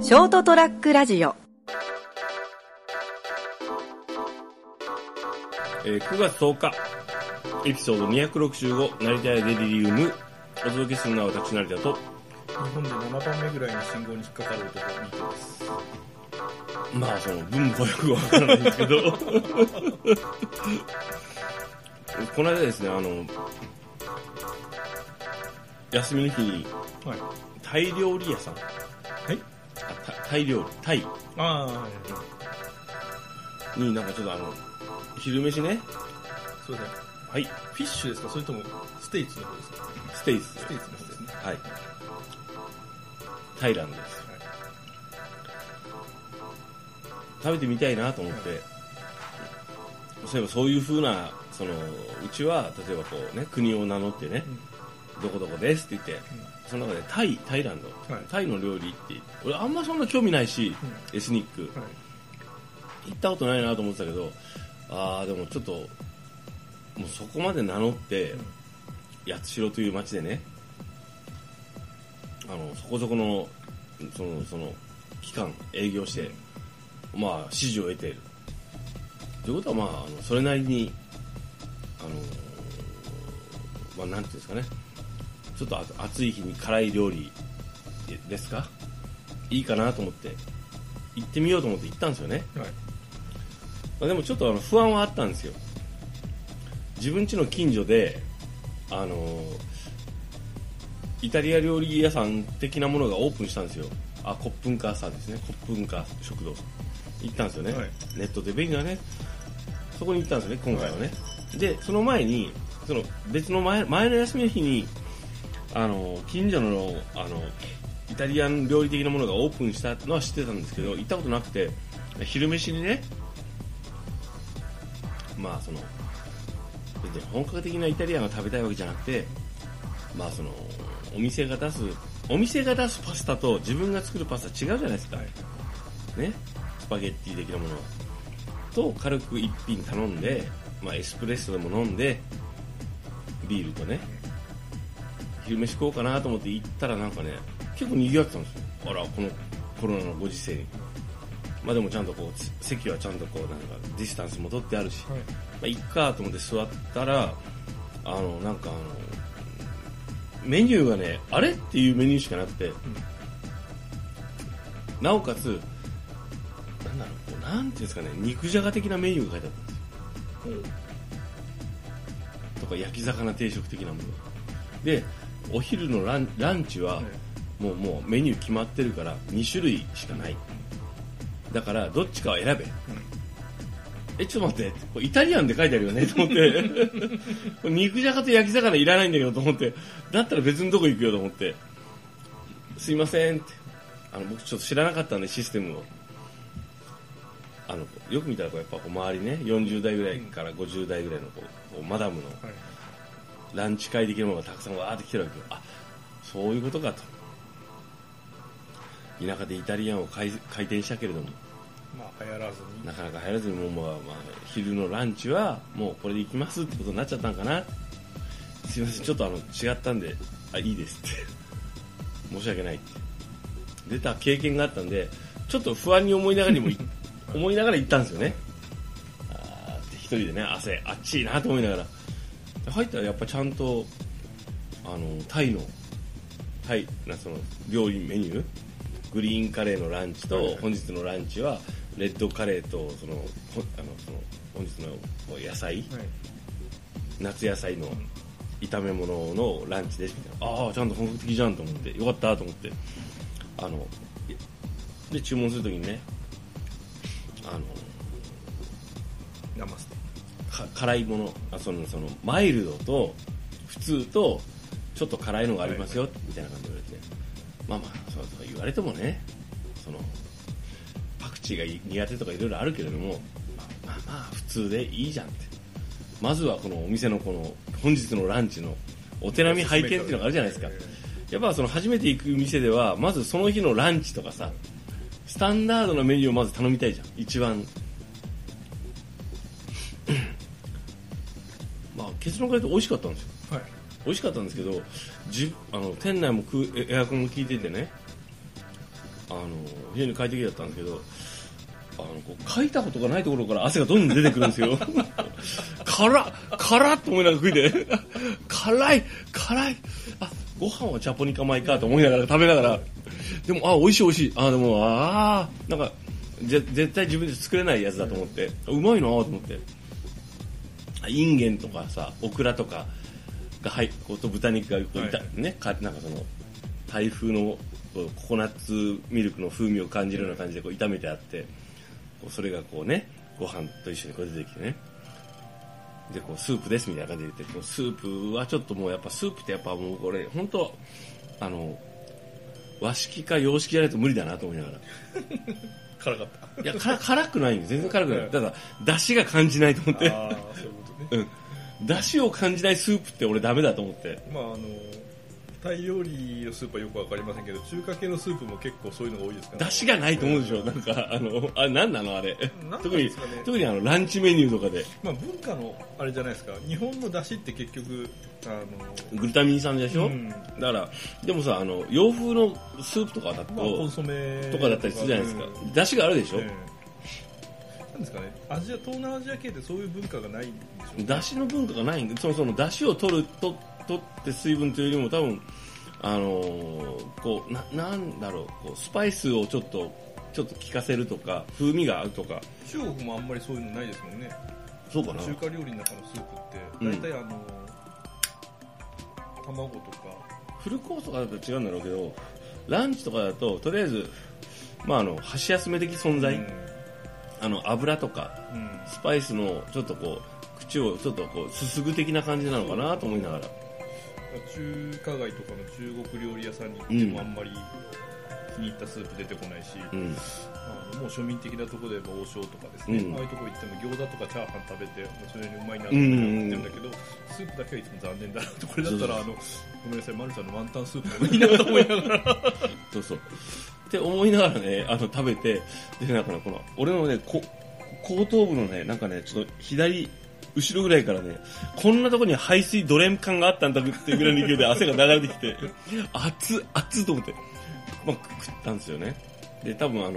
ショートトラックラジオ、 9月10日エピソード265成田屋デリリウム、お届けするのは私成田と、 日本で7番目ぐらいに信号に引っかかる男ミートです。 まあその文法よくわからないんですけどこの間ですね、休みの日に、 はい、 タイ料理屋さん、はい、タイ料理、タイになんかちょっと昼飯ね、 そうだ、 はい、 フィッシュですか、それともステイツの方ですか？ ステイツの方ですね。 はい、タイランドです、はい、食べてみたいなと思って、はい、そういえばそういう風なうちは例えばこうね、国を名乗ってね、どこどこですって言って、その中でタイランド、はい、タイの料理って俺あんまそんな興味ないし、エスニック、はい、行ったことないなと思ってたけど、でもちょっともうそこまで名乗って、八代という町でね、そこそこのその期間営業して、まあ支持を得ているということは、まあそれなりにまあなんていうんですかね、ちょっと暑い日に辛い料理ですか、いいかなと思って行ってみようと思って行ったんですよね、はい、まあ、でもちょっと不安はあったんですよ。自分家の近所でイタリア料理屋さん的なものがオープンしたんですよ。コップンカーさんですね、コップンカー食堂さん行ったんですよね、はい、ネットで便利だね、そこに行ったんですね今回はね、はい、でその前に別の前の休みの日に近所のイタリアン料理的なものがオープンしたのは知ってたんですけど、行ったことなくて、昼飯にね、まあ本格的なイタリアンが食べたいわけじゃなくて、まあお店が出すパスタと自分が作るパスタ違うじゃないですか、はい、ね、スパゲッティ的なものと軽く一品頼んで、まあ、エスプレッソでも飲んでビールとね、昼飯食おうかなと思って行ったら、なんかね結構賑わってたんですよ。このコロナのご時世に、まあでもちゃんとこう席はちゃんとこうなんかディスタンスも取ってあるし、はい、まあいっかと思って座ったら、なんかメニューがね、あれっていうメニューしかなくて、なおかつなんていうんですかね、肉じゃが的なメニューが書いてあったんですよ、とか焼き魚定食的なもので、お昼のランチはもうメニュー決まってるから2種類しかない、だからどっちかは選べ、ちょっと待って、イタリアンで書いてあるよねと思って肉じゃがと焼き魚いらないんだけどと思って、だったら別のとこ行くよと思って、すいませんって、僕ちょっと知らなかったんでシステムを、よく見たらやっぱ周りね、40代ぐらいから50代ぐらいのこうマダムのランチ会的なものがたくさんわーって来てるわけよ。そういうことかと。田舎でイタリアンを開店したけれども、 まあ流行らずに、 なかなか流行らずに、もうまあ昼のランチはもうこれで行きますってことになっちゃったんかな。すいません、ちょっと違ったんでいいですって申し訳ないって出た経験があったんで、ちょっと不安に思いながら行ったんですよね。って一人でね、あっちいなと思いながら入ったら、やっぱちゃんとタイなその料理メニュー、グリーンカレーのランチと、本日のランチはレッドカレーとその本日の野菜、夏野菜の炒め物のランチですみたいな、ちゃんと本格的じゃんと思って、よかったと思って、で注文するときにね、 ナマステ、 辛いもの、そのマイルドと普通とちょっと辛いのがありますよ、みたいな感じで言われて、そう言われてもね、パクチーが苦手とかいろいろあるけれども、まあ普通でいいじゃんって、まずはこのお店のこの本日のランチのお手並み拝見っていうのがあるじゃないですか。やっぱ初めて行く店ではまずその日のランチとかさ、スタンダードなメニューをまず頼みたいじゃん、一番まあ結論から言うと美味しかったんですよ、はい、美味しかったんですけど、店内もエアコンも効いててね、 非常に快適だったんですけど、こう書いたことがないところから汗がどんどん出てくるんですよ。辛っと思いながら食いて、辛い。あ、ご飯はチャポニカ米かと思いながら食べながら、でも、美味しい。でも、なんか、絶対自分で作れないやつだと思って、うまいなと思って。インゲンとかさ、オクラとかがと豚肉がこうね、なんかその、タイ風のココナッツミルクの風味を感じるような感じでこう炒めてあって、それがこうね、ご飯と一緒にこう出てきてね。で、こうスープですみたいな感じで言って、こうスープはちょっともうやっぱスープってやっぱもうこれ、本当和式か洋式じゃないと無理だなと思いながら。 辛かった。 いや、辛くないんです。全然辛くない。ただ、出汁が感じないと思って。 そういうことね。 出汁を感じないスープって俺ダメだと思って。 まあタイ料理のスープはよくわかりませんけど、中華系のスープも結構そういうのが多いですから、 出汁がないと思うでしょ。なんか何なのあれ。特にランチメニューとかで。 まあ文化のあれじゃないですか。日本の出汁って結局グルタミン酸でしょ。だからでもさ洋風のスープとかだと、 コンソメとかだったりするじゃないですか。出汁があるでしょ。 なんですかね。東南アジア系でそういう文化がないんでしょうね。 出汁の文化がないんで、その出汁を取って水分というよりも多分こうなんだろう、こうスパイスをちょっと効かせるとか風味が合うとか。 中国もあんまりそういうのないですもんね。 そうかな。 中華料理の中のスープって大体卵とかフルコースとかだと違うんだろうけど、ランチとかだととりあえず箸休め的存在、油とか、スパイスのちょっとこう口をちょっとこうすすぐ的な感じなのかなと思いながら。 中華街とかの中国料理屋さんに行ってもあんまり気に入ったスープ出てこないし、もう庶民的なところで言えば王将とかですね、ああいうところ行っても餃子とかチャーハン食べてもうそれにうまいなと思ってるんだけど、スープだけはいつも残念だなと。これだったらごめんなさい、マルちゃんのワンタンスープでもいいなと思いながらそうって思いながらね食べて、でなんかね、この俺のね後頭部のね、なんかねちょっと後ろぐらいからね、こんなとこに排水ドレン缶があったんだっていうぐらいの勢いで汗が流れてきて熱っと思って、食ったんですよね。で多分ロ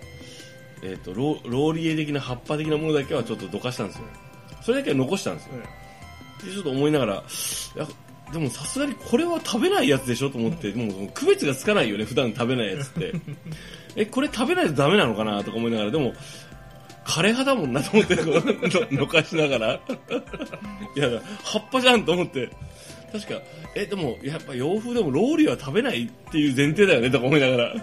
ーリエ的な葉っぱ的なものだけはちょっとどかしたんですよ。それだけは残したんですよ。でちょっと思いながら、いやでもさすがにこれは食べないやつでしょと思って、もう区別がつかないよね、普段食べないやつってこれ食べないとダメなのかなとか思いながら、でも枯れ葉だもんなと思ってのかしながらいや葉っぱじゃんと思って、確かでもやっぱ洋風でもローリエは食べないっていう前提だよねとか思いながら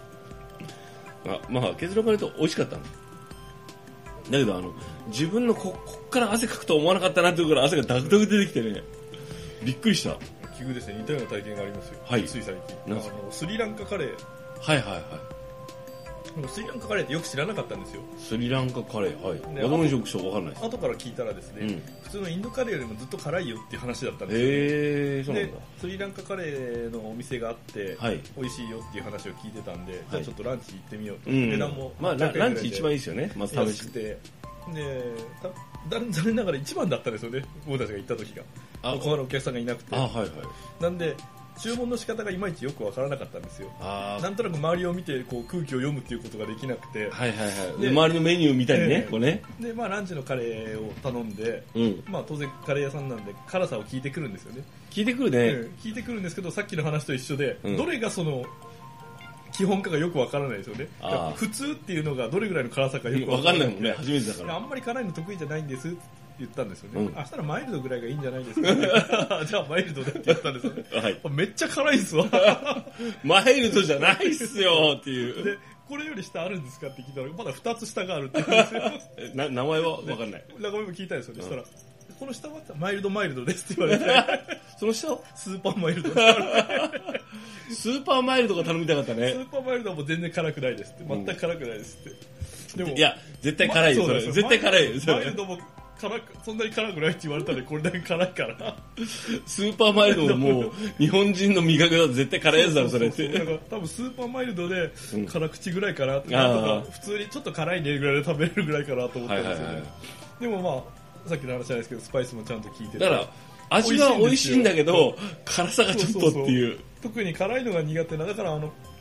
結論から言うと美味しかったのだけど、自分のこっから汗かくと思わなかったなっていうから汗がダクダク出てきてね、びっくりした。 奇遇ですね。似たような体験がありますよ。 はい。 つい最近スリランカカレー。 はい。 スリランカカレーってよく知らなかったんですよ。 スリランカカレー、はい。私もよくわかんないです。 後から聞いたらですね、普通のインドカレーよりもずっと辛いよっていう話だったんですよ。 そうなんだ。 で、スリランカカレーのお店があって、美味しいよっていう話を聞いてたんで、じゃあちょっとランチ行ってみようと。値段もランチ一番いいですよね。まず試して。 で、残念ながら一番だったんですよね。僕たちが行った時が。他のお客さんがいなくて。なんで、注文の仕方がいまいちよくわからなかったんですよ。なんとなく周りを見てこう空気を読むっていうことができなくて、 で周りのメニューみたいにね、こうね。 でランチのカレーを頼んで、当然カレー屋さんなんで辛さを聞いてくるんですよね。 聞いてくるね。 聞いてくるんですけど、さっきの話と一緒で、どれがその基本かがよくわからないですよね。普通っていうのがどれぐらいの辛さかよくわからないもんね。初めてだから。あんまり辛いの得意じゃないんですって言ったんですよね。明日らマイルドぐらいがいいんじゃないですか、ね。じゃあマイルドでって言ったんですよね。めっちゃ辛いっすわ。 マイルドじゃないっすよっていう。 で、これより下あるんですかって聞いたら、まだ2つ下があるって言うんですよ。 名前はわかんない。 名前も聞いたんですよね。そしたら、この下はマイルドですって言われて、 その下はスーパーマイルドスーパーマイルドが頼みたかったね。 スーパーマイルドはもう全然辛くないですって。全く辛くないですって。でもいや、絶対辛いよ、それ。絶対辛いよ、 マイルドもそんなに辛くないって言われたらこれだけ辛いからスーパーマイルドももう日本人の味覚だと絶対辛いやつだろそれって。 なんか多分スーパーマイルドで辛口ぐらいかなとか、普通にちょっと辛いねぐらいで食べれるぐらいかなと思ったんですよね。でもさっきの話じゃないですけどスパイスもちゃんと効いてて、 だから味は美味しいんだけど辛さがちょっとっていう。 特に辛いのが苦手な、だから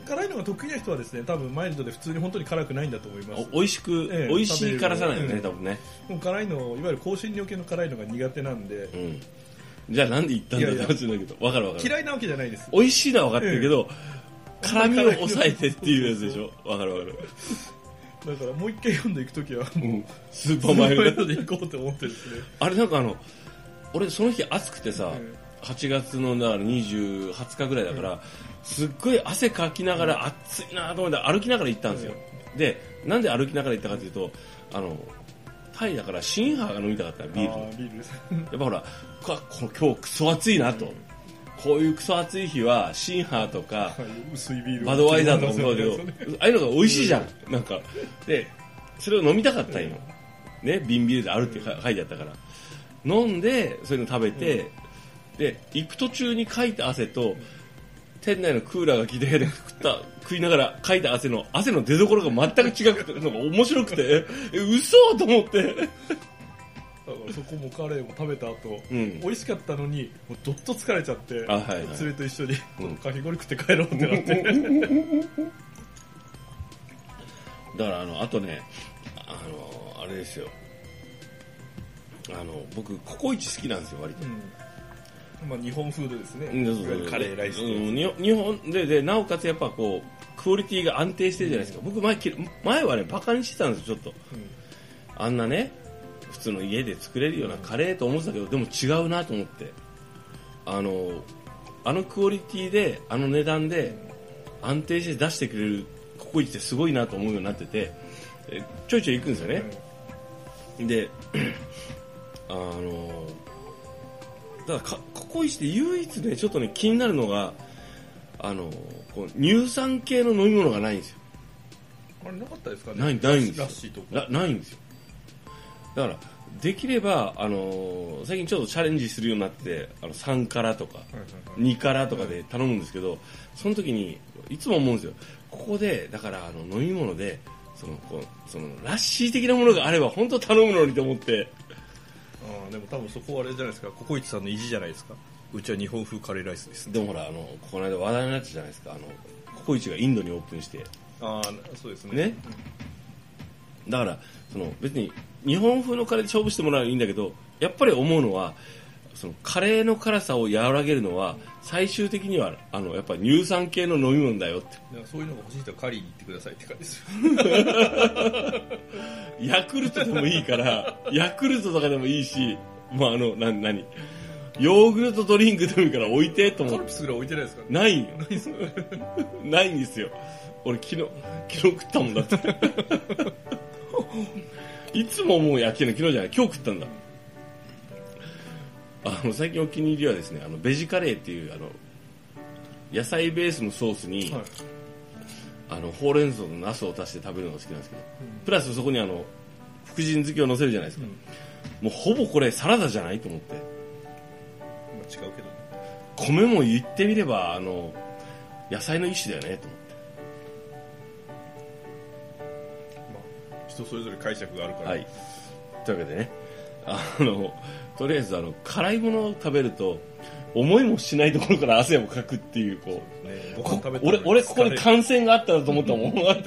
辛いのが得意な人はですね、多分マイルドで普通に本当に辛くないんだと思います。 美味しく、美味しい辛さなんよね、多分ね。 もう辛いの、いわゆる香辛料系の辛いのが苦手なんで。 じゃあなんで言ったんだって話なんだけど、わかる。 嫌いなわけじゃないです。 美味しいのは分かってるけど、辛みを抑えてっていうやつでしょ。わかる。 だからもう一回読んでいくときはもう、 スーパーマイルドで行こうと思ってですね。 あれなんか俺その日暑くてさ、8月のだから20日ぐらいだから、すっごい汗かきながら暑いなと思って歩きながら行ったんですよ。で、なんで歩きながら行ったかというと、タイだからシンハーが飲みたかったビール。やっぱほら、今日クソ暑いなと。こういうクソ暑い日はシンハーとかバドワイザーとかもそうだけど、ああいうのが美味しいじゃん。なんかでそれを飲みたかったんよ。ね、瓶ビールであるって書いてあったから飲んで、そういうの食べて、で行く途中にかいた汗と店内のクーラーが効いた部屋で食いながらかいた汗の出所が全く違くて、なんか面白くて嘘と思って。 だからそこもカレーも食べた後、美味しかったのにもうどっと疲れちゃって、連れと一緒にかき氷食って帰ろうってなって、 だからあとね、あれですよ、僕ココイチ好きなんですよ割と。 まあ、日本フードですね。カレーライス、 日本でなおかつやっぱこうクオリティが安定してるじゃないですか。僕前はねバカにしてたんですよ、ちょっと。あんなね普通の家で作れるようなカレーと思ってたけど、でも違うなと思って、あのクオリティで値段で安定して出してくれるココイチってすごいなと思うようになってて、ちょいちょい行くんですよね。でだからココイチで唯一ねちょっとね気になるのがこう乳酸系の飲み物がないんですよ。 あれなかったですかね。 ないんですよ。 ラッシーとかないんですよ。だからできれば最近ちょっとチャレンジするようになって3辛とか2辛とかで頼むんですけど、その時にいつも思うんですよ。ここでだから飲み物でそのラッシー的なものがあれば本当頼むのにと思って。 でも多分そこはあれじゃないですか、ココイチさんの意地じゃないですか。うちは日本風カレーライスです。 でもほらこの間話題になったじゃないですか、ココイチがインドにオープンして。 そうですね。 だから別に日本風のカレーで勝負してもらうのはいいんだけど、やっぱり思うのはカレーの辛さを和らげるのは最終的にはやっぱ乳酸系の飲み物だよって。 そういうのが欲しい人はカリーに行ってくださいって感じですよ。 ヤクルトでもいいからヤクルトとかでもいいし、もう何ヨーグルトドリンクでもいいから置いてと思って。 カルピスぐらい置いてないですか？ ないんですよ。俺昨日食ったもんだって。いつももう昨日じゃない、今日食ったんだ。最近お気に入りはですね、ベジカレーっていう野菜ベースのソースに、ほうれん草とナスを足して食べるのが好きなんですけど、プラスそこに福神漬けを乗せるじゃないですか。もうほぼこれサラダじゃないと思って。 違うけどね。 米も言ってみれば野菜の一種だよねと思って。 人それぞれ解釈があるから。 はい。というわけでね、とりあえず辛いものを食べると思いもしないところから汗をかくっていう俺ここで感染があったらと思ったもん。まあ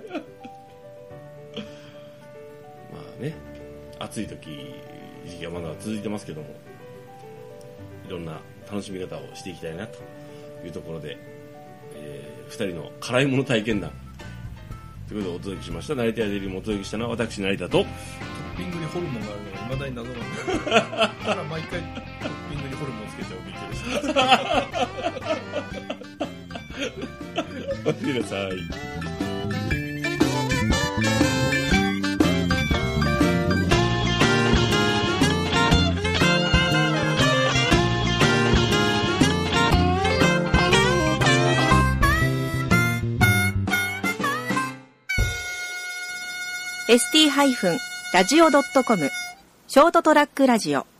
ね、暑い時期がまだ続いてますけども、いろんな楽しみ方をしていきたいなというところで、2人の辛いもの体験談ということでお届けしました。成田屋デリーもお届けしたのは私成田と、 トッピングにホルモンがあるのが未だに謎なんで、だから毎回トッピングにホルモンつけちゃうビートです。 おやすみなさい。 ST-radio.com ショートトラックラジオ